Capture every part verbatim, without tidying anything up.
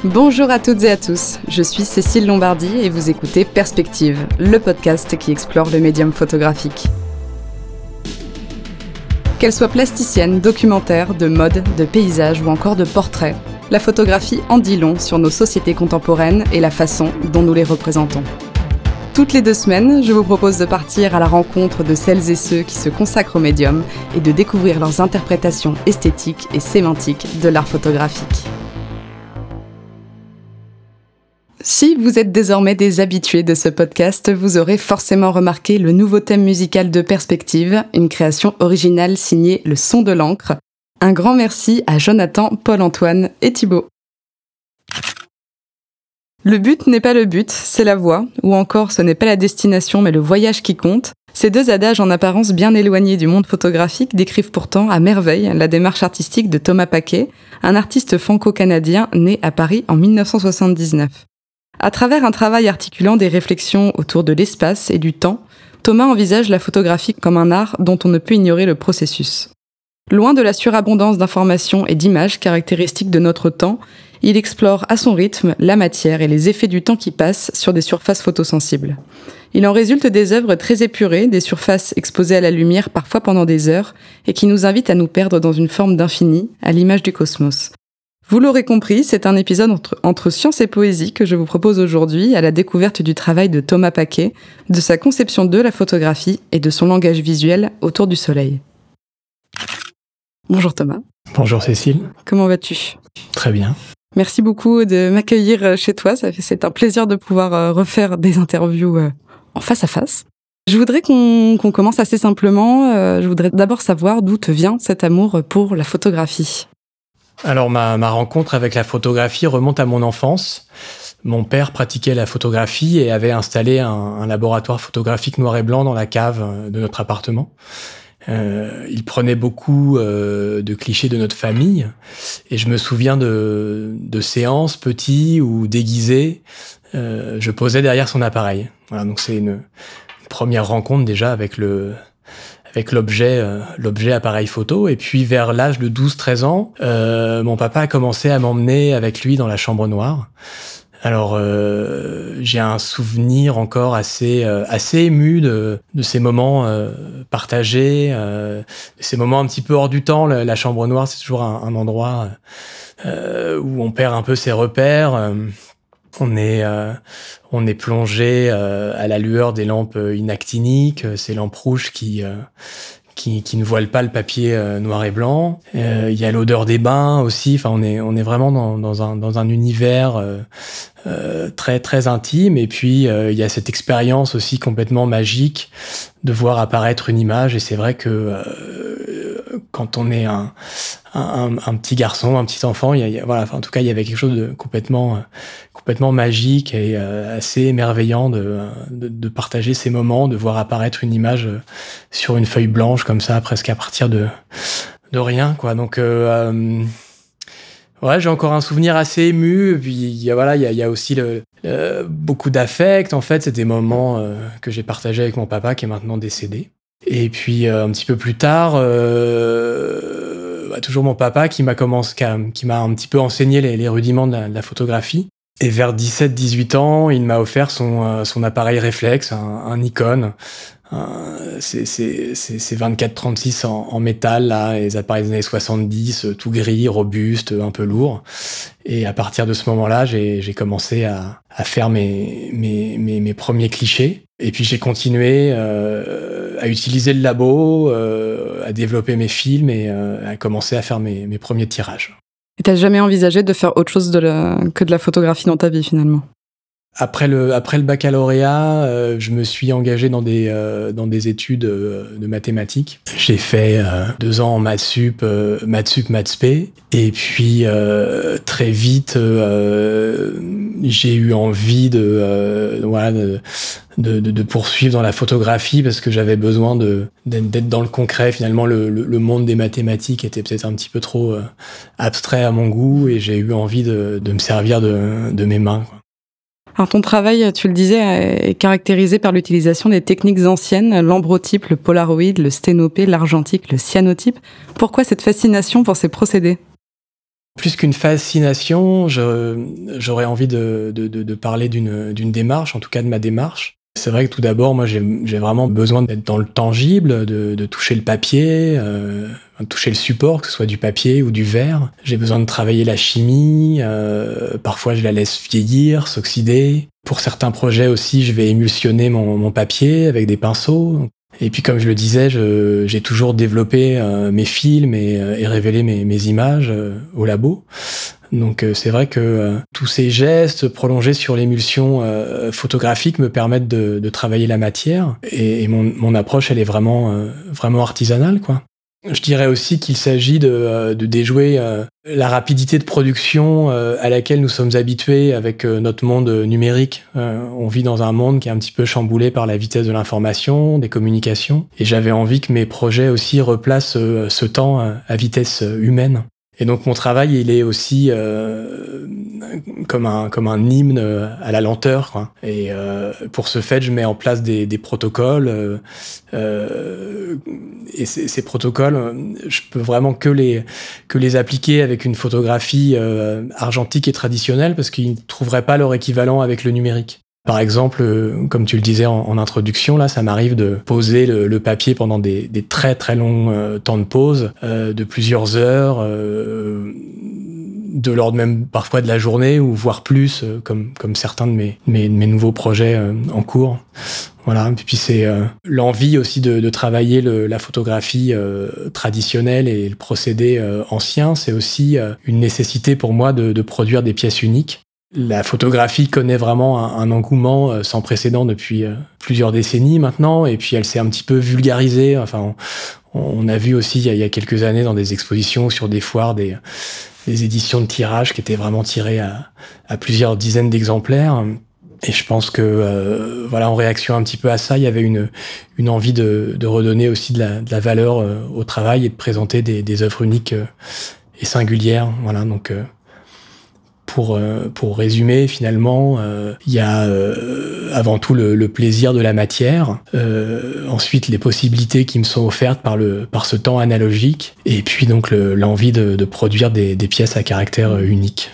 Bonjour à toutes et à tous, je suis Cécile Lombardi et vous écoutez Perspective, le podcast qui explore le médium photographique. Qu'elle soit plasticienne, documentaire, de mode, de paysage ou encore de portrait, la photographie en dit long sur nos sociétés contemporaines et la façon dont nous les représentons. Toutes les deux semaines, je vous propose de partir à la rencontre de celles et ceux qui se consacrent au médium et de découvrir leurs interprétations esthétiques et sémantiques de l'art photographique. Si vous êtes désormais des habitués de ce podcast, vous aurez forcément remarqué le nouveau thème musical de Perspective, une création originale signée Le Son de l'encre. Un grand merci à Jonathan, Paul-Antoine et Thibaut. Le but n'est pas le but, c'est la voie, ou encore ce n'est pas la destination mais le voyage qui compte. Ces deux adages en apparence bien éloignés du monde photographique décrivent pourtant à merveille la démarche artistique de Thomas Paquet, un artiste franco-canadien né à Paris en dix-neuf cent soixante-dix-neuf. À travers un travail articulant des réflexions autour de l'espace et du temps, Thomas envisage la photographie comme un art dont on ne peut ignorer le processus. Loin de la surabondance d'informations et d'images caractéristiques de notre temps, il explore à son rythme la matière et les effets du temps qui passe sur des surfaces photosensibles. Il en résulte des œuvres très épurées, des surfaces exposées à la lumière parfois pendant des heures, et qui nous invitent à nous perdre dans une forme d'infini, à l'image du cosmos. Vous l'aurez compris, c'est un épisode entre, entre science et poésie que je vous propose aujourd'hui à la découverte du travail de Thomas Paquet, de sa conception de la photographie et de son langage visuel autour du soleil. Bonjour Thomas. Bonjour Cécile. Comment vas-tu ? Très bien. Merci beaucoup de m'accueillir chez toi, c'est un plaisir de pouvoir refaire des interviews en face à face. Je voudrais qu'on, qu'on commence assez simplement, je voudrais d'abord savoir d'où te vient cet amour pour la photographie. Alors ma, ma rencontre avec la photographie remonte à mon enfance. Mon père pratiquait la photographie et avait installé un, un laboratoire photographique noir et blanc dans la cave de notre appartement. Euh, il prenait beaucoup euh, de clichés de notre famille et je me souviens de, de séances petits ou déguisés. Euh, je posais derrière son appareil. Voilà, donc c'est une, une première rencontre déjà avec le avec l'objet euh, l'objet appareil photo. Et puis vers l'âge de douze treize ans, euh, mon papa a commencé à m'emmener avec lui dans la chambre noire. Alors euh, j'ai un souvenir encore assez euh, assez ému de de ces moments euh, partagés, euh, ces moments un petit peu hors du temps. La, la chambre noire, c'est toujours un, un endroit euh, où on perd un peu ses repères. Euh, On est, euh, on est plongé euh, à la lueur des lampes inactiniques, ces lampes rouges qui, euh, qui, qui ne voilent pas le papier euh, noir et blanc. Il euh, y a l'odeur des bains aussi. Enfin, on est, on est vraiment dans, dans un, dans un univers euh, euh, très, très intime. Et puis, il euh, y a cette expérience aussi complètement magique de voir apparaître une image. Et c'est vrai que euh, quand on est un, un, un petit garçon, un petit enfant, il y a, il y a, voilà, enfin, en tout cas, il y avait quelque chose de complètement, euh, complètement magique et euh, assez émerveillant de, de, de partager ces moments, de voir apparaître une image sur une feuille blanche comme ça, presque à partir de, de rien, quoi. Donc, euh, euh, ouais, j'ai encore un souvenir assez ému. Et puis, il y a, voilà, il y a, il y a aussi le, le, beaucoup d'affect. En fait, c'est des moments euh, que j'ai partagés avec mon papa qui est maintenant décédé. Et puis, euh, un petit peu plus tard, euh, bah, toujours mon papa qui m'a commencé, qui, a, qui m'a un petit peu enseigné les, les rudiments de la, de la photographie. Et vers dix-sept dix-huit ans, il m'a offert son, euh, son appareil réflexe, un, un Nikon. Euh, c'est, c'est, c'est, c'est vingt-quatre trente-six en, en métal, là, les appareils des années soixante-dix, tout gris, robuste, un peu lourd. Et à partir de ce moment-là, j'ai, j'ai commencé à, à faire mes, mes, mes, mes premiers clichés. Et puis j'ai continué euh, à utiliser le labo, euh, à développer mes films et euh, à commencer à faire mes, mes premiers tirages. Et t'as jamais envisagé de faire autre chose de la, que de la photographie dans ta vie, finalement ? Après le, après le baccalauréat, euh, je me suis engagé dans des, euh, dans des études euh, de mathématiques. J'ai fait euh, deux ans en maths sup, euh, maths sup, maths spé. Et puis, euh, très vite, euh, j'ai eu envie de, euh, voilà, de, de, de, de poursuivre dans la photographie parce que j'avais besoin de, d'être dans le concret. Finalement, le, le, le monde des mathématiques était peut-être un petit peu trop euh, abstrait à mon goût et j'ai eu envie de, de me servir de, de mes mains, quoi. Alors ton travail, tu le disais, est caractérisé par l'utilisation des techniques anciennes, l'ambrotype, le polaroid, le sténopé, l'argentique, le cyanotype. Pourquoi cette fascination pour ces procédés ? Plus qu'une fascination, je, j'aurais envie de, de, de, de parler d'une, d'une démarche, en tout cas de ma démarche. C'est vrai que tout d'abord, moi, j'ai, j'ai vraiment besoin d'être dans le tangible, de, de toucher le papier, euh, de toucher le support, que ce soit du papier ou du verre. J'ai besoin de travailler la chimie. Euh, parfois, je la laisse vieillir, s'oxyder. Pour certains projets aussi, je vais émulsionner mon, mon papier avec des pinceaux. Et puis, comme je le disais, je, j'ai toujours développé euh, mes films et, et révélé mes, mes images euh, au labo. Donc euh, c'est vrai que euh, tous ces gestes prolongés sur l'émulsion euh, photographique me permettent de, de travailler la matière. Et, et mon, mon approche, elle est vraiment, euh, vraiment artisanale, quoi. Je dirais aussi qu'il s'agit de, de déjouer euh, la rapidité de production euh, à laquelle nous sommes habitués avec euh, notre monde numérique. Euh, on vit dans un monde qui est un petit peu chamboulé par la vitesse de l'information, des communications. Et j'avais envie que mes projets aussi replacent euh, ce temps euh, à vitesse humaine. Et donc mon travail, il est aussi euh, comme un comme un hymne à la lenteur, quoi. Et euh, pour ce fait, je mets en place des, des protocoles. Euh, euh, et ces, ces protocoles, je peux vraiment que les que les appliquer avec une photographie euh, argentique et traditionnelle, parce qu'ils ne trouveraient pas leur équivalent avec le numérique. Par exemple, euh, comme tu le disais en, en introduction, là, ça m'arrive de poser le, le papier pendant des, des très très longs euh, temps de pause, euh, de plusieurs heures, euh, de l'ordre même parfois de la journée, ou voire plus, euh, comme comme certains de mes mes, mes nouveaux projets euh, en cours. Voilà. Et puis c'est euh, l'envie aussi de, de travailler le, la photographie euh, traditionnelle et le procédé euh, ancien. C'est aussi euh, une nécessité pour moi de, de produire des pièces uniques. La photographie connaît vraiment un, un engouement sans précédent depuis euh, plusieurs décennies maintenant, et puis elle s'est un petit peu vulgarisée. Enfin, on, on a vu aussi il y, a, il y a quelques années dans des expositions sur des foires des, des éditions de tirage qui étaient vraiment tirées à, à plusieurs dizaines d'exemplaires. Et je pense que euh, voilà, en réaction un petit peu à ça, il y avait une, une envie de, de redonner aussi de la, de la valeur euh, au travail et de présenter des, des œuvres uniques euh, et singulières. Voilà, donc. Euh, Pour, euh, pour résumer, finalement, euh, il y a euh, avant tout le, le plaisir de la matière, euh, ensuite les possibilités qui me sont offertes par, le, par ce temps analogique, et puis donc le, l'envie de, de produire des, des pièces à caractère unique.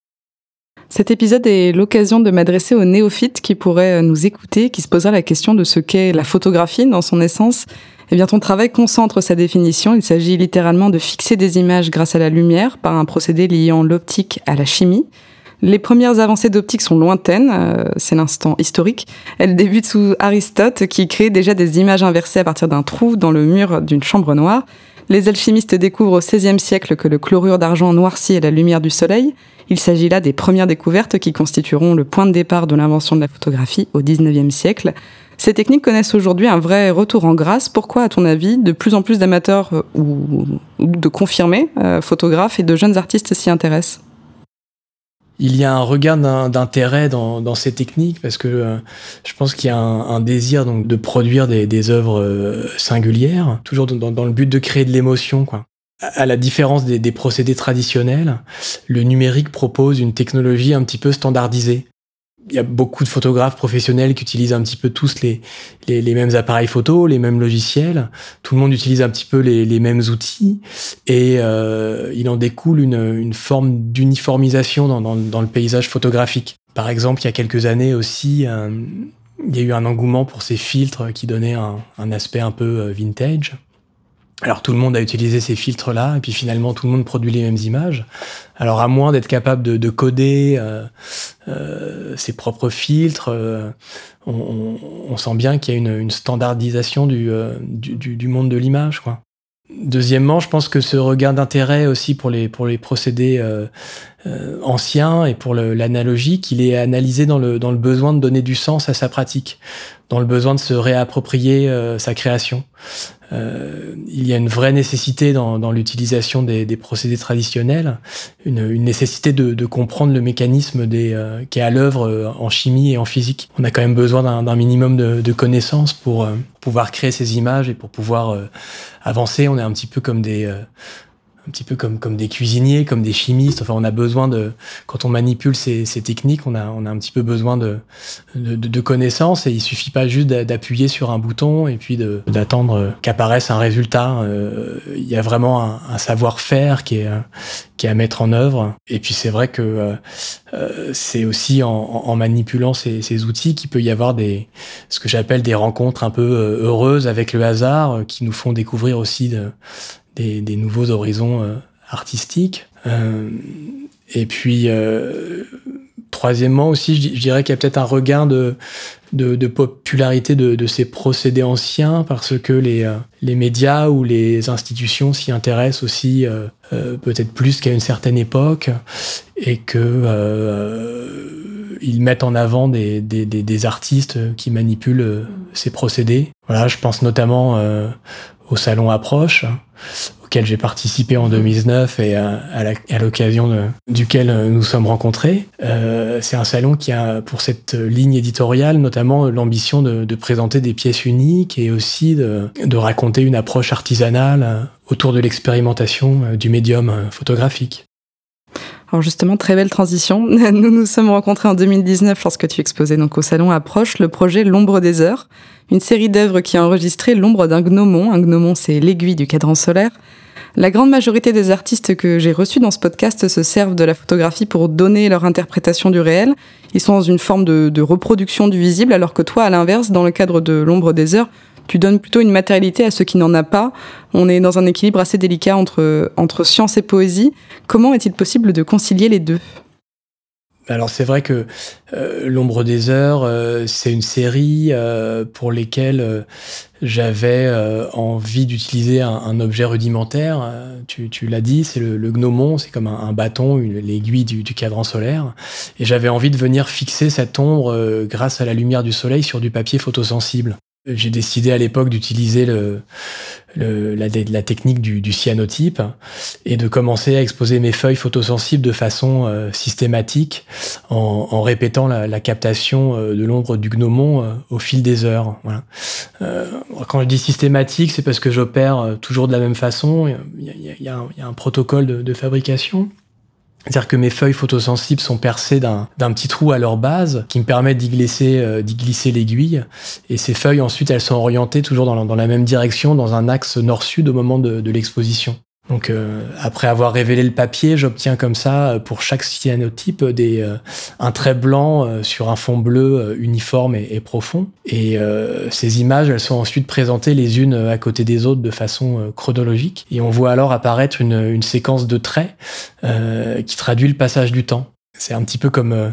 Cet épisode est l'occasion de m'adresser aux néophytes qui pourraient nous écouter, qui se poseraient la question de ce qu'est la photographie dans son essence. Eh bien, ton travail concentre sa définition. Il s'agit littéralement de fixer des images grâce à la lumière par un procédé liant l'optique à la chimie. Les premières avancées d'optique sont lointaines, euh, c'est l'instant historique. Elles débutent sous Aristote, qui crée déjà des images inversées à partir d'un trou dans le mur d'une chambre noire. Les alchimistes découvrent au seizième siècle que le chlorure d'argent noircit à la lumière du soleil. Il s'agit là des premières découvertes qui constitueront le point de départ de l'invention de la photographie au dix-neuvième siècle. Ces techniques connaissent aujourd'hui un vrai retour en grâce. Pourquoi, à ton avis, de plus en plus d'amateurs euh, ou, ou de confirmés euh, photographes et de jeunes artistes s'y intéressent ? Il y a un regain d'un, d'intérêt dans, dans ces techniques, parce que euh, je pense qu'il y a un, un désir donc de produire des, des œuvres euh, singulières, toujours dans, dans le but de créer de l'émotion, quoi. À la différence des, des procédés traditionnels, le numérique propose une technologie un petit peu standardisée. Il y a beaucoup de photographes professionnels qui utilisent un petit peu tous les, les, les mêmes appareils photo, les mêmes logiciels. Tout le monde utilise un petit peu les, les mêmes outils. Et euh, il en découle une, une forme d'uniformisation dans, dans, dans le paysage photographique. Par exemple, il y a quelques années aussi, euh, il y a eu un engouement pour ces filtres qui donnaient un, un aspect un peu vintage. Alors tout le monde a utilisé ces filtres-là, et puis finalement tout le monde produit les mêmes images. Alors à moins d'être capable de, de coder euh, euh, ses propres filtres, euh, on, on, on sent bien qu'il y a une, une standardisation du, euh, du, du, du monde de l'image, quoi. Deuxièmement, je pense que ce regain d'intérêt aussi pour les, pour les procédés euh, euh, anciens et pour le, l'analogique, il est analysé dans le, dans le besoin de donner du sens à sa pratique, dans le besoin de se réapproprier euh, sa création. Euh, il y a une vraie nécessité dans, dans l'utilisation des, des procédés traditionnels, une, une nécessité de, de comprendre le mécanisme des, euh, qui est à l'œuvre euh, en chimie et en physique. On a quand même besoin d'un, d'un minimum de, de connaissances pour euh, pouvoir créer ces images et pour pouvoir euh, avancer. On est un petit peu comme des, euh, un petit peu comme comme des cuisiniers, comme des chimistes. Enfin, on a besoin de, quand on manipule ces, ces techniques, on a on a un petit peu besoin de de, de connaissances, et il suffit pas juste d'appuyer sur un bouton et puis de d'attendre qu'apparaisse un résultat. Euh, il y a vraiment un, un savoir-faire qui est qui est à mettre en œuvre. Et puis c'est vrai que euh, euh, c'est aussi en, en manipulant ces, ces outils qu'il peut y avoir des, ce que j'appelle des rencontres un peu euh, heureuses avec le hasard, euh, qui nous font découvrir aussi de, des, des nouveaux horizons euh, artistiques. Euh, et puis euh, troisièmement aussi, je, je dirais qu'il y a peut-être un regain de De, de popularité de, de ces procédés anciens, parce que les, euh, les médias ou les institutions s'y intéressent aussi euh, euh, peut-être plus qu'à une certaine époque, et que euh, ils mettent en avant des, des, des, des artistes qui manipulent euh, ces procédés. Voilà, je pense notamment euh, au Salon Approche, auquel j'ai participé en deux mille dix-neuf et à, à, la, à l'occasion de, duquel nous sommes rencontrés. Euh, c'est un salon qui a, pour cette ligne éditoriale, notamment l'ambition de, de présenter des pièces uniques et aussi de, de raconter une approche artisanale autour de l'expérimentation du médium photographique. Alors justement, très belle transition. Nous nous sommes rencontrés en deux mille dix-neuf lorsque tu exposais donc au Salon Approche le projet L'Ombre des Heures, une série d'œuvres qui a enregistré l'ombre d'un gnomon. Un gnomon, c'est l'aiguille du cadran solaire. La grande majorité des artistes que j'ai reçus dans ce podcast se servent de la photographie pour donner leur interprétation du réel. Ils sont dans une forme de, de reproduction du visible, alors que toi, à l'inverse, dans le cadre de L'Ombre des Heures, tu donnes plutôt une matérialité à ceux qui n'en a pas. On est dans un équilibre assez délicat entre, entre science et poésie. Comment est-il possible de concilier les deux ? Alors c'est vrai que euh, L'Ombre des Heures, euh, c'est une série euh, pour lesquelles euh, j'avais euh, envie d'utiliser un, un objet rudimentaire. Euh, tu, tu l'as dit, c'est le, le gnomon, c'est comme un, un bâton, une, l'aiguille du, du cadran solaire. Et j'avais envie de venir fixer cette ombre euh, grâce à la lumière du soleil sur du papier photosensible. J'ai décidé à l'époque d'utiliser le, le, la, la technique du, du cyanotype et de commencer à exposer mes feuilles photosensibles de façon euh, systématique en, en répétant la, la captation euh, de l'ombre du gnomon euh, au fil des heures. Voilà. Euh, quand je dis systématique, c'est parce que j'opère euh, toujours de la même façon. Il y a, il y a, il y a, un, il y a un protocole de, de fabrication. C'est-à-dire que mes feuilles photosensibles sont percées d'un, d'un petit trou à leur base qui me permet d'y glisser, euh, d'y glisser l'aiguille. Et ces feuilles, ensuite, elles sont orientées toujours dans la, dans la même direction, dans un axe nord-sud au moment de, de l'exposition. Donc, euh, après avoir révélé le papier, j'obtiens comme ça, pour chaque cyanotype, des, euh, un trait blanc euh, sur un fond bleu euh, uniforme et, et profond. Et euh, ces images, elles sont ensuite présentées les unes à côté des autres de façon euh, chronologique. Et on voit alors apparaître une, une séquence de traits euh, qui traduit le passage du temps. C'est un petit peu comme... Euh,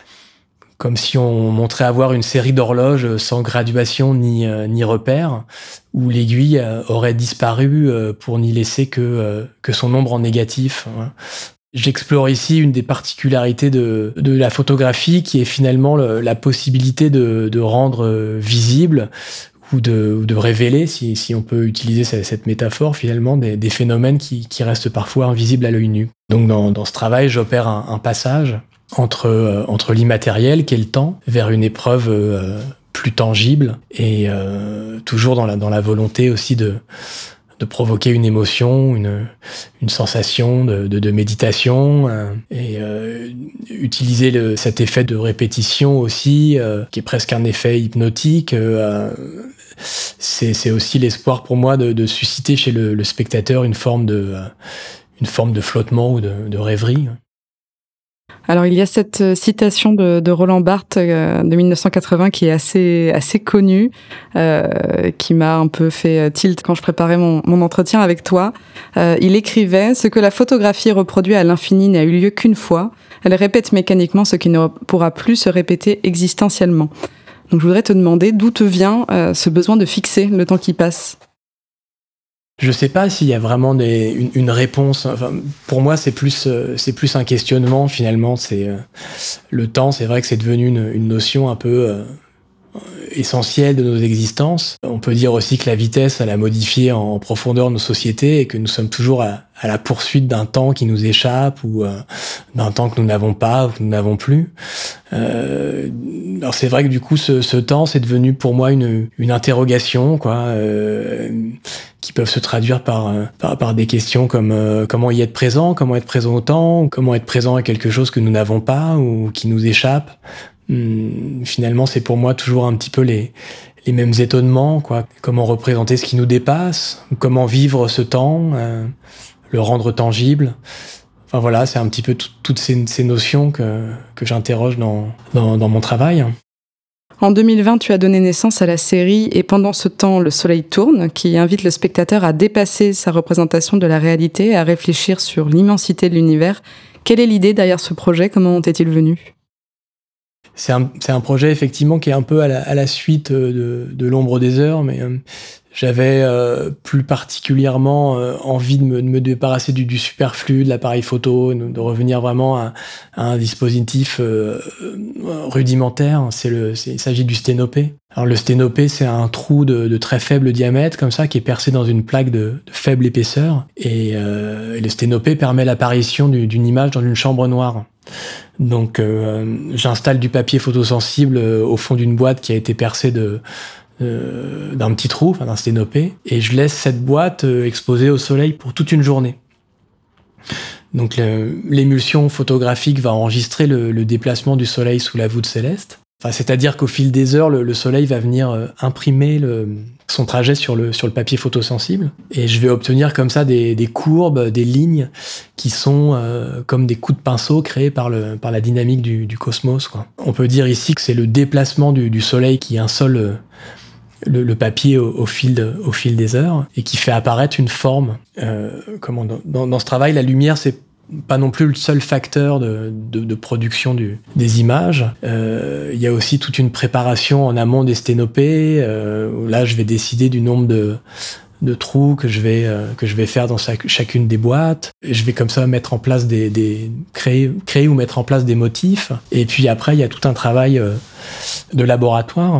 comme si on montrait avoir une série d'horloges sans graduation ni, euh, ni repère, où l'aiguille euh, aurait disparu euh, pour n'y laisser que, euh, que son ombre en négatif. Hein. J'explore ici une des particularités de, de la photographie, qui est finalement le, la possibilité de, de rendre euh, visible ou de, ou de révéler, si, si on peut utiliser cette, cette métaphore, finalement, des, des phénomènes qui, qui restent parfois invisibles à l'œil nu. Donc dans, dans ce travail, j'opère un, un passage entre, euh, entre l'immatériel, qui est le temps, vers une épreuve euh, plus tangible, et euh, toujours dans la, dans la volonté aussi de, de provoquer une émotion, une, une sensation de, de, de méditation, euh, et euh, utiliser le, cet effet de répétition aussi, euh, qui est presque un effet hypnotique. Euh, c'est, c'est aussi l'espoir pour moi de, de susciter chez le, le spectateur une forme de, euh, une forme de flottement ou de, de rêverie. Alors, il y a cette citation de, de Roland Barthes euh, de mille neuf cent quatre-vingts qui est assez, assez connue, euh, qui m'a un peu fait tilt quand je préparais mon, mon entretien avec toi. Euh, il écrivait « Ce que la photographie reproduit à l'infini n'a eu lieu qu'une fois. Elle répète mécaniquement ce qui ne pourra plus se répéter existentiellement. » Donc, je voudrais te demander d'où te vient euh, ce besoin de fixer le temps qui passe. Je sais pas s'il y a vraiment des, une, une réponse. Enfin, pour moi, c'est plus, euh, c'est plus un questionnement finalement. C'est euh, le temps. C'est vrai que c'est devenu une, une notion un peu, euh, essentiel de nos existences. On peut dire aussi que la vitesse, elle a modifié en profondeur nos sociétés et que nous sommes toujours à, à la poursuite d'un temps qui nous échappe ou euh, d'un temps que nous n'avons pas ou que nous n'avons plus. Euh, alors c'est vrai que du coup, ce, ce temps, c'est devenu pour moi une, une interrogation, quoi, euh, qui peuvent se traduire par, par, par des questions comme euh, comment y être présent, comment être présent au temps, comment être présent à quelque chose que nous n'avons pas ou qui nous échappe. Hum, finalement, c'est pour moi toujours un petit peu les, les mêmes étonnements, quoi. Comment représenter ce qui nous dépasse, comment vivre ce temps, euh, le rendre tangible. Enfin voilà, c'est un petit peu tout, toutes ces, ces notions que, que j'interroge dans, dans, dans mon travail. En deux mille vingt, tu as donné naissance à la série « Et pendant ce temps, le soleil tourne », qui invite le spectateur à dépasser sa représentation de la réalité et à réfléchir sur l'immensité de l'univers. Quelle est l'idée derrière ce projet ? Comment est-il venu ? C'est un, c'est un projet effectivement qui est un peu à la, à la suite de, de l'ombre des heures, mais euh, j'avais euh, plus particulièrement euh, envie de me, de me débarrasser du, du superflu, de l'appareil photo, de, de revenir vraiment à, à un dispositif euh, rudimentaire. C'est le, c'est, il s'agit du sténopé. Alors le sténopé, c'est un trou de, de très faible diamètre, comme ça, qui est percé dans une plaque de, de faible épaisseur. Et, euh, et le sténopé permet l'apparition du, d'une image dans une chambre noire. Donc euh, j'installe du papier photosensible euh, au fond d'une boîte qui a été percée de, euh, d'un petit trou, enfin d'un sténopé, et je laisse cette boîte euh, exposée au soleil pour toute une journée. Donc le, l'émulsion photographique va enregistrer le, le déplacement du soleil sous la voûte céleste. Enfin, c'est-à-dire qu'au fil des heures, le, le soleil va venir euh, imprimer le, son trajet sur le, sur le papier photosensible. Et je vais obtenir comme ça des, des courbes, des lignes qui sont euh, comme des coups de pinceau créés par, le, par la dynamique du, du cosmos, quoi. On peut dire ici que c'est le déplacement du, du soleil qui insole euh, le, le papier au, au, fil de, au fil des heures et qui fait apparaître une forme. Euh, comment, dans, dans ce travail, la lumière, c'est pas non plus le seul facteur de, de, de production du, des images. Euh, il y a aussi toute une préparation en amont des sténopés. Euh, où là, je vais décider du nombre de, de trous que je vais euh, que je vais faire dans chaque, chacune des boîtes. Et je vais comme ça mettre en place des, des créer créer ou mettre en place des motifs. Et puis après, il y a tout un travail euh, de laboratoire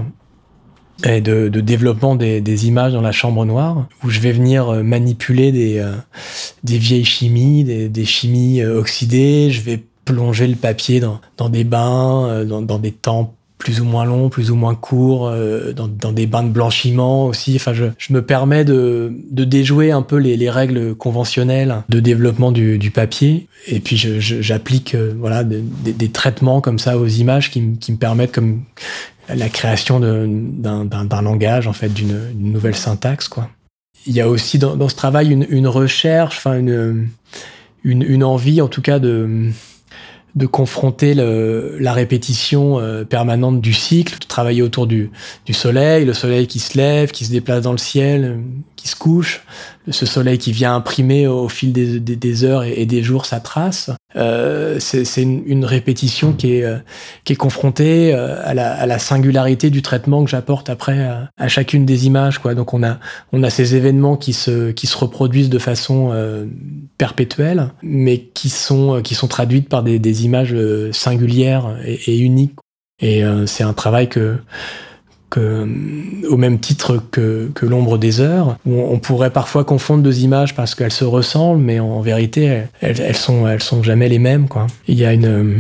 et de, de développement des, des images dans la chambre noire, où je vais venir manipuler des, euh, des vieilles chimies, des, des chimies euh, oxydées. Je vais plonger le papier dans, dans des bains, euh, dans, dans des temps plus ou moins longs, plus ou moins courts, euh, dans, dans des bains de blanchiment aussi. Enfin, je, je me permets de, de déjouer un peu les, les règles conventionnelles de développement du, du papier. Et puis, je, je, j'applique euh, voilà, des, des, des traitements comme ça aux images qui, qui me permettent comme la création de, d'un, d'un, d'un langage, en fait, d'une, d'une nouvelle syntaxe, quoi. Il y a aussi dans, dans ce travail une, une recherche, enfin une, une, une envie, en tout cas, de, de confronter le, la répétition euh, permanente du cycle, de travailler autour du, du soleil, le soleil qui se lève, qui se déplace dans le ciel, qui se couche, ce soleil qui vient imprimer au fil des, des, des heures et, et des jours sa trace. Euh, c'est, c'est une, une répétition qui est, euh, qui est confrontée euh, à, la, à la singularité du traitement que j'apporte après à, à chacune des images, quoi. Donc on a, on a ces événements qui se, qui se reproduisent de façon euh, perpétuelle, mais qui sont, qui sont traduites par des, des images singulières et, et uniques. Et euh, c'est un travail que Que, au même titre que, que l'ombre des heures, où on pourrait parfois confondre deux images parce qu'elles se ressemblent, mais en vérité, elles, elles sont, elles sont jamais les mêmes, quoi. Il y a une,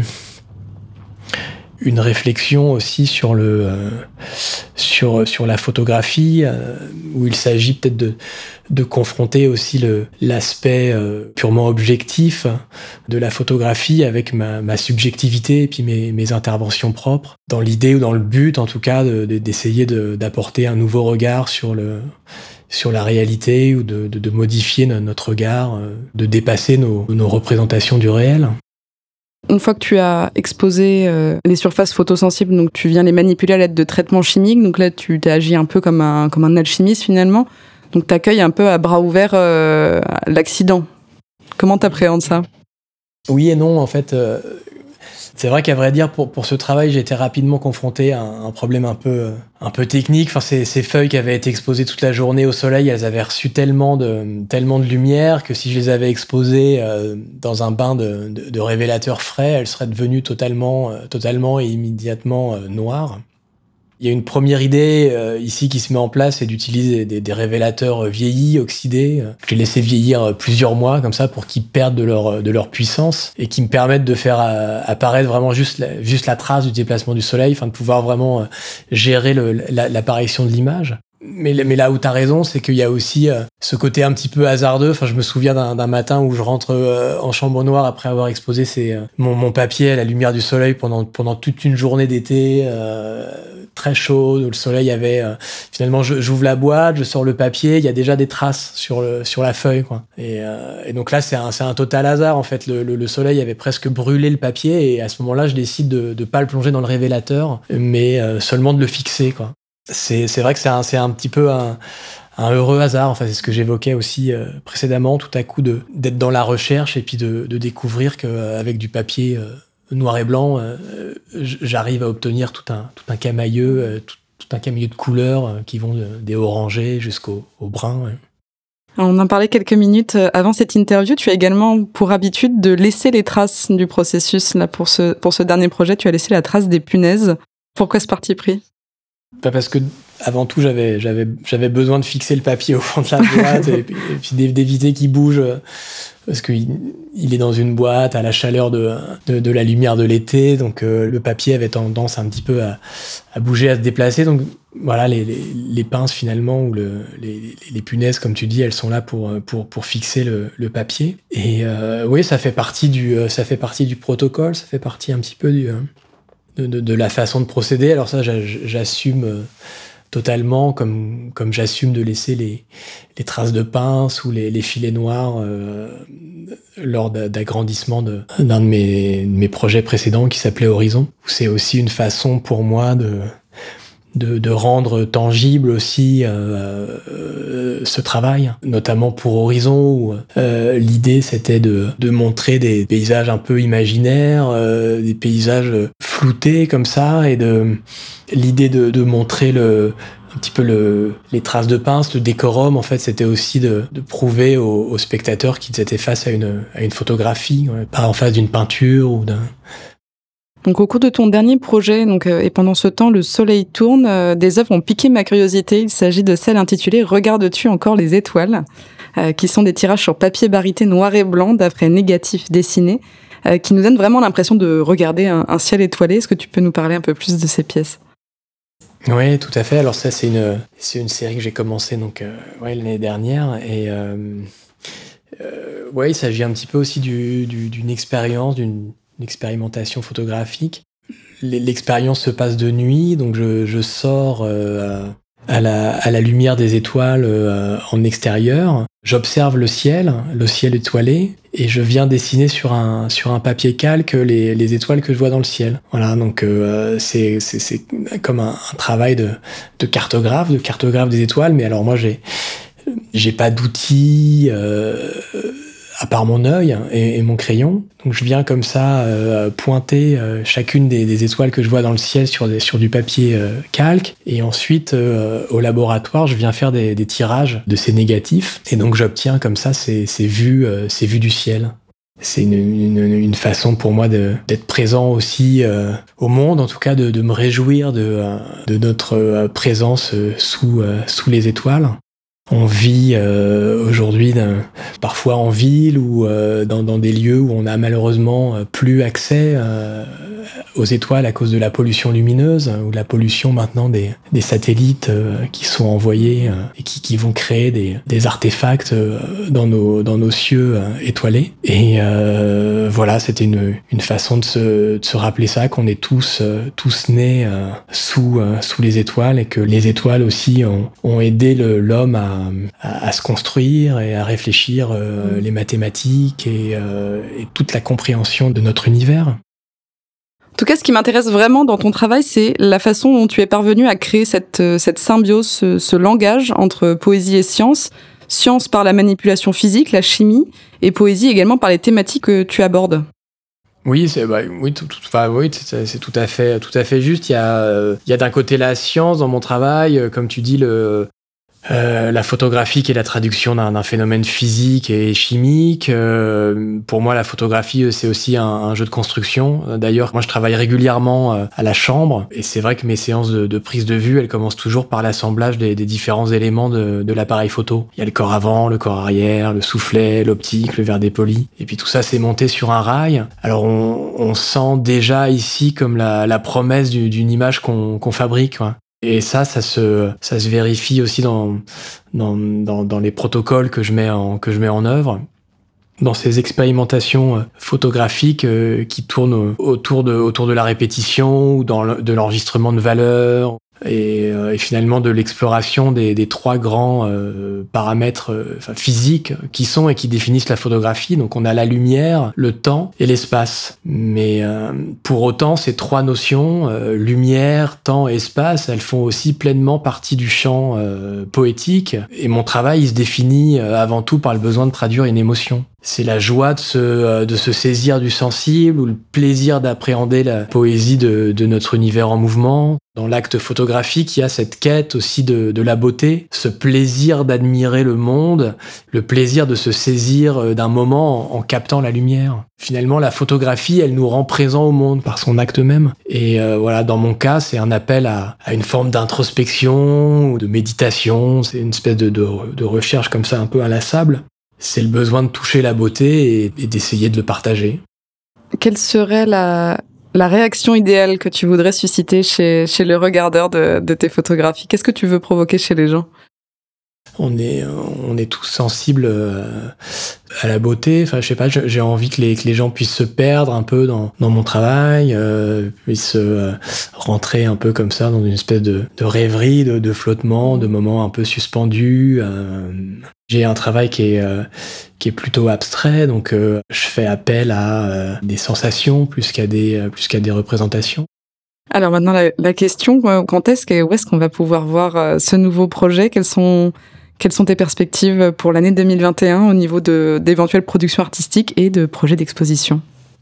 une réflexion aussi sur le, euh, sur, sur la photographie, euh, où il s'agit peut-être de, de confronter aussi le, l'aspect euh, purement objectif de la photographie avec ma, ma subjectivité et puis mes, mes interventions propres, dans l'idée ou dans le but, en tout cas, de, de, d'essayer de, d'apporter un nouveau regard sur le, sur la réalité ou de, de, de modifier notre regard, de dépasser nos, nos représentations du réel. Une fois que tu as exposé euh, les surfaces photosensibles, donc tu viens les manipuler à l'aide de traitements chimiques, donc là tu t'es agi un peu comme un, comme un alchimiste finalement, donc tu accueilles un peu à bras ouverts euh, l'accident. Comment t'appréhendes ça ? Oui et non, en fait. Euh, c'est vrai qu'à vrai dire, pour, pour ce travail, j'ai été rapidement confronté à un, un problème un peu, un peu technique. Enfin, ces, ces feuilles qui avaient été exposées toute la journée au soleil, elles avaient reçu tellement de, tellement de lumière que si je les avais exposées euh, dans un bain de, de, de révélateurs frais, elles seraient devenues totalement, euh, totalement et immédiatement euh, noires. Il Il y a une première idée euh, ici qui se met en place, c'est d'utiliser des, des révélateurs vieillis, oxydés. Je les laissé vieillir plusieurs mois comme ça pour qu'ils perdent de leur, de leur puissance et qui me permettent de faire euh, apparaître vraiment juste la, juste la trace du déplacement du soleil, enfin de pouvoir vraiment euh, gérer le, la, l'apparition de l'image. Mais, mais là où t'as raison, c'est qu'il y a aussi euh, ce côté un petit peu hasardeux. Enfin, je me souviens d'un, d'un matin où je rentre euh, en chambre noire après avoir exposé ces, euh, mon, mon papier à la lumière du soleil pendant, pendant toute une journée d'été, euh, très chaude, où le soleil avait... Euh, finalement, je, j'ouvre la boîte, je sors le papier, il y a déjà des traces sur, le, sur la feuille, quoi. Et, euh, et donc là, c'est un, c'est un total hasard, en fait. Le, le, le soleil avait presque brûlé le papier et à ce moment-là, je décide de ne pas le plonger dans le révélateur, mais euh, seulement de le fixer, quoi. C'est, c'est vrai que c'est un, c'est un petit peu un, un heureux hasard. Enfin, c'est ce que j'évoquais aussi euh, précédemment, tout à coup de, d'être dans la recherche et puis de, de découvrir qu'avec du papier euh, noir et blanc, euh, j'arrive à obtenir tout un, tout un camailleux, euh, tout, tout un camailleux de couleurs euh, qui vont de, des orangés jusqu'au au brun. Ouais. On en parlait quelques minutes avant cette interview. Tu as également pour habitude de laisser les traces du processus. Là, pour ce, pour ce dernier projet, tu as laissé la trace des punaises. Pourquoi ce parti pris ? Pas parce que avant tout j'avais j'avais j'avais besoin de fixer le papier au fond de la boîte et, puis, et puis d'éviter qu'il bouge parce qu'il il est dans une boîte à la chaleur de de, de la lumière de l'été, donc euh, le papier avait tendance un petit peu à, à bouger, à se déplacer. Donc voilà, les les, les pinces finalement ou le les les punaises comme tu dis, elles sont là pour pour pour fixer le le papier. Et euh, oui, ça fait partie du ça fait partie du protocole, ça fait partie un petit peu du De, de, de la façon de procéder. Alors ça, j'assume euh, totalement, comme, comme j'assume de laisser les, les traces de pince ou les, les filets noirs euh, lors d'agrandissement de, d'un de mes, de mes projets précédents qui s'appelait Horizon. C'est aussi une façon pour moi de, de, de rendre tangible aussi euh, euh, ce travail, notamment pour Horizon, où euh, l'idée c'était de, de montrer des paysages un peu imaginaires, euh, des paysages floutés comme ça, et de l'idée de, de montrer le un petit peu le, les traces de pince, le décorum, en fait, c'était aussi de, de prouver aux, aux spectateurs qu'ils étaient face à une, à une photographie, ouais, pas en face d'une peinture ou d'un... Donc au cours de ton dernier projet, donc, euh, et pendant ce temps, le soleil tourne, euh, des œuvres ont piqué ma curiosité. Il s'agit de celle intitulée « Regardes-tu encore les étoiles ?» euh, qui sont des tirages sur papier barité noir et blanc d'après négatifs dessinés, euh, qui nous donnent vraiment l'impression de regarder un, un ciel étoilé. Est-ce que tu peux nous parler un peu plus de ces pièces ? Oui, tout à fait. Alors ça, c'est une, c'est une série que j'ai commencée donc, euh, ouais, l'année dernière. Et euh, euh, ouais, il s'agit un petit peu aussi du, du, d'une expérience, d'une une expérimentation photographique. L'expérience se passe de nuit, donc je, je sors euh, à, la, à la lumière des étoiles euh, en extérieur. J'observe le ciel, le ciel étoilé, et je viens dessiner sur un, sur un papier calque les, les étoiles que je vois dans le ciel. Voilà, donc euh, c'est, c'est, c'est comme un, un travail de, de cartographe, de cartographe des étoiles, mais alors moi j'ai, j'ai pas d'outils... Euh, à part mon œil et, et mon crayon. Donc je viens comme ça euh, pointer euh, chacune des, des étoiles que je vois dans le ciel sur, des, sur du papier euh, calque. Et ensuite, euh, au laboratoire, je viens faire des, des tirages de ces négatifs. Et donc j'obtiens comme ça ces, ces, vues, euh, ces vues du ciel. C'est une, une, une façon pour moi de, d'être présent aussi euh, au monde, en tout cas de, de me réjouir de, euh, de notre euh, présence euh, sous, euh, sous les étoiles. On vit euh, aujourd'hui d'un, parfois en ville ou euh, dans, dans des lieux où on a malheureusement plus accès euh, aux étoiles à cause de la pollution lumineuse ou de la pollution maintenant des, des satellites euh, qui sont envoyés euh, et qui, qui vont créer des, des artefacts euh, dans, nos, dans nos cieux euh, étoilés. Et euh, voilà, c'était une, une façon de se, de se rappeler ça, qu'on est tous, euh, tous nés euh, sous, euh, sous les étoiles et que les étoiles aussi ont, ont aidé le, l'homme à À, à se construire et à réfléchir euh, les mathématiques et, euh, et toute la compréhension de notre univers. En tout cas, ce qui m'intéresse vraiment dans ton travail, c'est la façon dont tu es parvenu à créer cette, cette symbiose, ce, ce langage entre poésie et science. Science par la manipulation physique, la chimie, et poésie également par les thématiques que tu abordes. Oui, c'est bah, oui, tout, tout, enfin, oui, c'est, c'est tout à fait, tout à fait juste. Il y a, euh, il y a d'un côté la science dans mon travail, comme tu dis le Euh, la photographie qui est la traduction d'un, d'un phénomène physique et chimique. Euh, pour moi, la photographie, c'est aussi un, un jeu de construction. D'ailleurs, moi, je travaille régulièrement euh, à la chambre, et c'est vrai que mes séances de, de prise de vue, elles commencent toujours par l'assemblage des, des différents éléments de, de l'appareil photo. Il y a le corps avant, le corps arrière, le soufflet, l'optique, le verre dépoli. Et puis tout ça, c'est monté sur un rail. Alors, on, on sent déjà ici comme la, la promesse du, d'une image qu'on, qu'on fabrique, quoi. Et ça, ça se, ça se vérifie aussi dans, dans, dans, dans les protocoles que je mets en, que je mets en œuvre. Dans ces expérimentations photographiques euh, qui tournent autour de, autour de la répétition ou dans le, de l'enregistrement de valeurs et, euh, et finalement de l'exploration des, des trois grands euh, paramètres euh, enfin, physiques qui sont et qui définissent la photographie. Donc on a la lumière, le temps et l'espace. Mais euh, pour autant, ces trois notions, euh, lumière, temps et espace, elles font aussi pleinement partie du champ euh, poétique. Et mon travail, il se définit euh, avant tout par le besoin de traduire une émotion. C'est la joie de se, de se saisir du sensible ou le plaisir d'appréhender la poésie de, de notre univers en mouvement. Dans l'acte photographique, il y a cette quête aussi de, de la beauté, ce plaisir d'admirer le monde, le plaisir de se saisir d'un moment en, en captant la lumière. Finalement, la photographie, elle nous rend présents au monde par son acte même. Et euh, voilà, dans mon cas, c'est un appel à, à une forme d'introspection ou de méditation. C'est une espèce de, de, de recherche comme ça un peu inlassable. C'est le besoin de toucher la beauté et, et d'essayer de le partager. Quelle serait la, la réaction idéale que tu voudrais susciter chez, chez le regardeur de, de tes photographies? Qu'est-ce que tu veux provoquer chez les gens? On est, on est tous sensibles à la beauté. Enfin, je sais pas, j'ai envie que les, que les gens puissent se perdre un peu dans, dans mon travail, euh, puissent euh, rentrer un peu comme ça dans une espèce de, de rêverie, de, de flottement, de moments un peu suspendus. Euh, j'ai un travail qui est, euh, qui est plutôt abstrait, donc euh, je fais appel à euh, des sensations plus qu'à des, euh, plus qu'à des représentations. Alors maintenant, la, la question, quand est-ce que, où est-ce qu'on va pouvoir voir euh, ce nouveau projet? Quelles sont, quelles sont tes perspectives pour l'année deux mille vingt et un au niveau de, d'éventuelles productions artistiques et de projets d'exposition?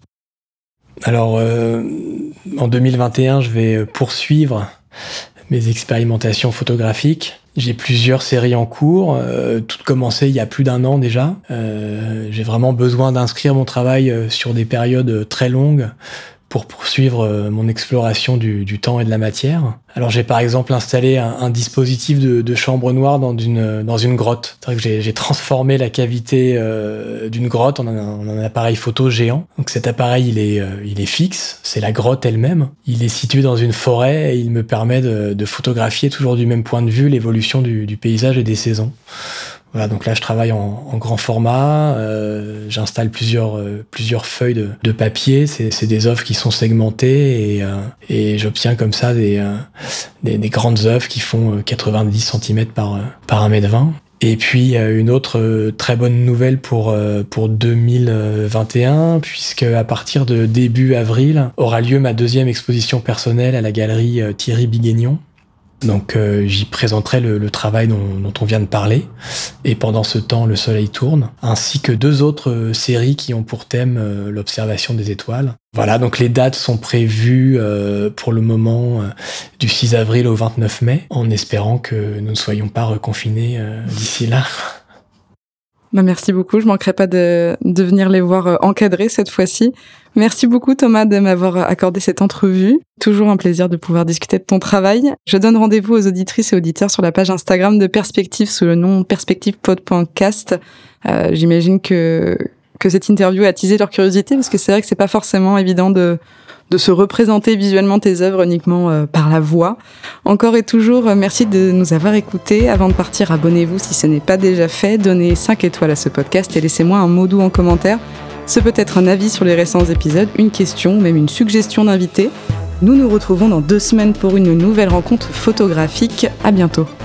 Alors, euh, en deux mille vingt et un, je vais poursuivre mes expérimentations photographiques. J'ai plusieurs séries en cours, euh, toutes commencées il y a plus d'un an déjà. Euh, j'ai vraiment besoin d'inscrire mon travail sur des périodes très longues pour poursuivre mon exploration du, du temps et de la matière. Alors j'ai par exemple installé un, un dispositif de, de chambre noire dans une, dans une grotte. C'est vrai que j'ai, j'ai transformé la cavité euh, d'une grotte en un, en un appareil photo géant. Donc cet appareil, il est, euh, il est fixe, c'est la grotte elle-même. Il est situé dans une forêt et il me permet de, de photographier toujours du même point de vue l'évolution du, du paysage et des saisons. Voilà, donc là je travaille en, en grand format, euh, j'installe plusieurs, euh, plusieurs feuilles de, de papier, c'est, c'est des œuvres qui sont segmentées et, euh, et j'obtiens comme ça des, euh, des, des grandes œuvres qui font quatre-vingt-dix centimètres par, par un mètre vingt. Et puis une autre euh, très bonne nouvelle pour, euh, pour deux mille vingt et un, puisque à partir de début avril aura lieu ma deuxième exposition personnelle à la galerie euh, Thierry Biguignon. Donc euh, j'y présenterai le, le travail dont, dont on vient de parler, et pendant ce temps le soleil tourne, ainsi que deux autres euh, séries qui ont pour thème euh, l'observation des étoiles. Voilà, donc les dates sont prévues euh, pour le moment euh, du six avril au vingt-neuf mai, en espérant que nous ne soyons pas reconfinés euh, d'ici là. Bah merci beaucoup, je manquerai pas de, de venir les voir encadrés cette fois-ci. Merci beaucoup Thomas de m'avoir accordé cette entrevue. Toujours un plaisir de pouvoir discuter de ton travail. Je donne rendez-vous aux auditrices et auditeurs sur la page Instagram de Perspective sous le nom perspectivepod point cast. Euh, j'imagine que, que cette interview a attisé leur curiosité parce que c'est vrai que c'est pas forcément évident de de se représenter visuellement tes œuvres uniquement euh, par la voix. Encore et toujours, euh, merci de nous avoir écoutés. Avant de partir, abonnez-vous si ce n'est pas déjà fait. Donnez cinq étoiles à ce podcast et laissez-moi un mot doux en commentaire. Ce peut être un avis sur les récents épisodes, une question, même une suggestion d'invité. Nous nous retrouvons dans deux semaines pour une nouvelle rencontre photographique. À bientôt.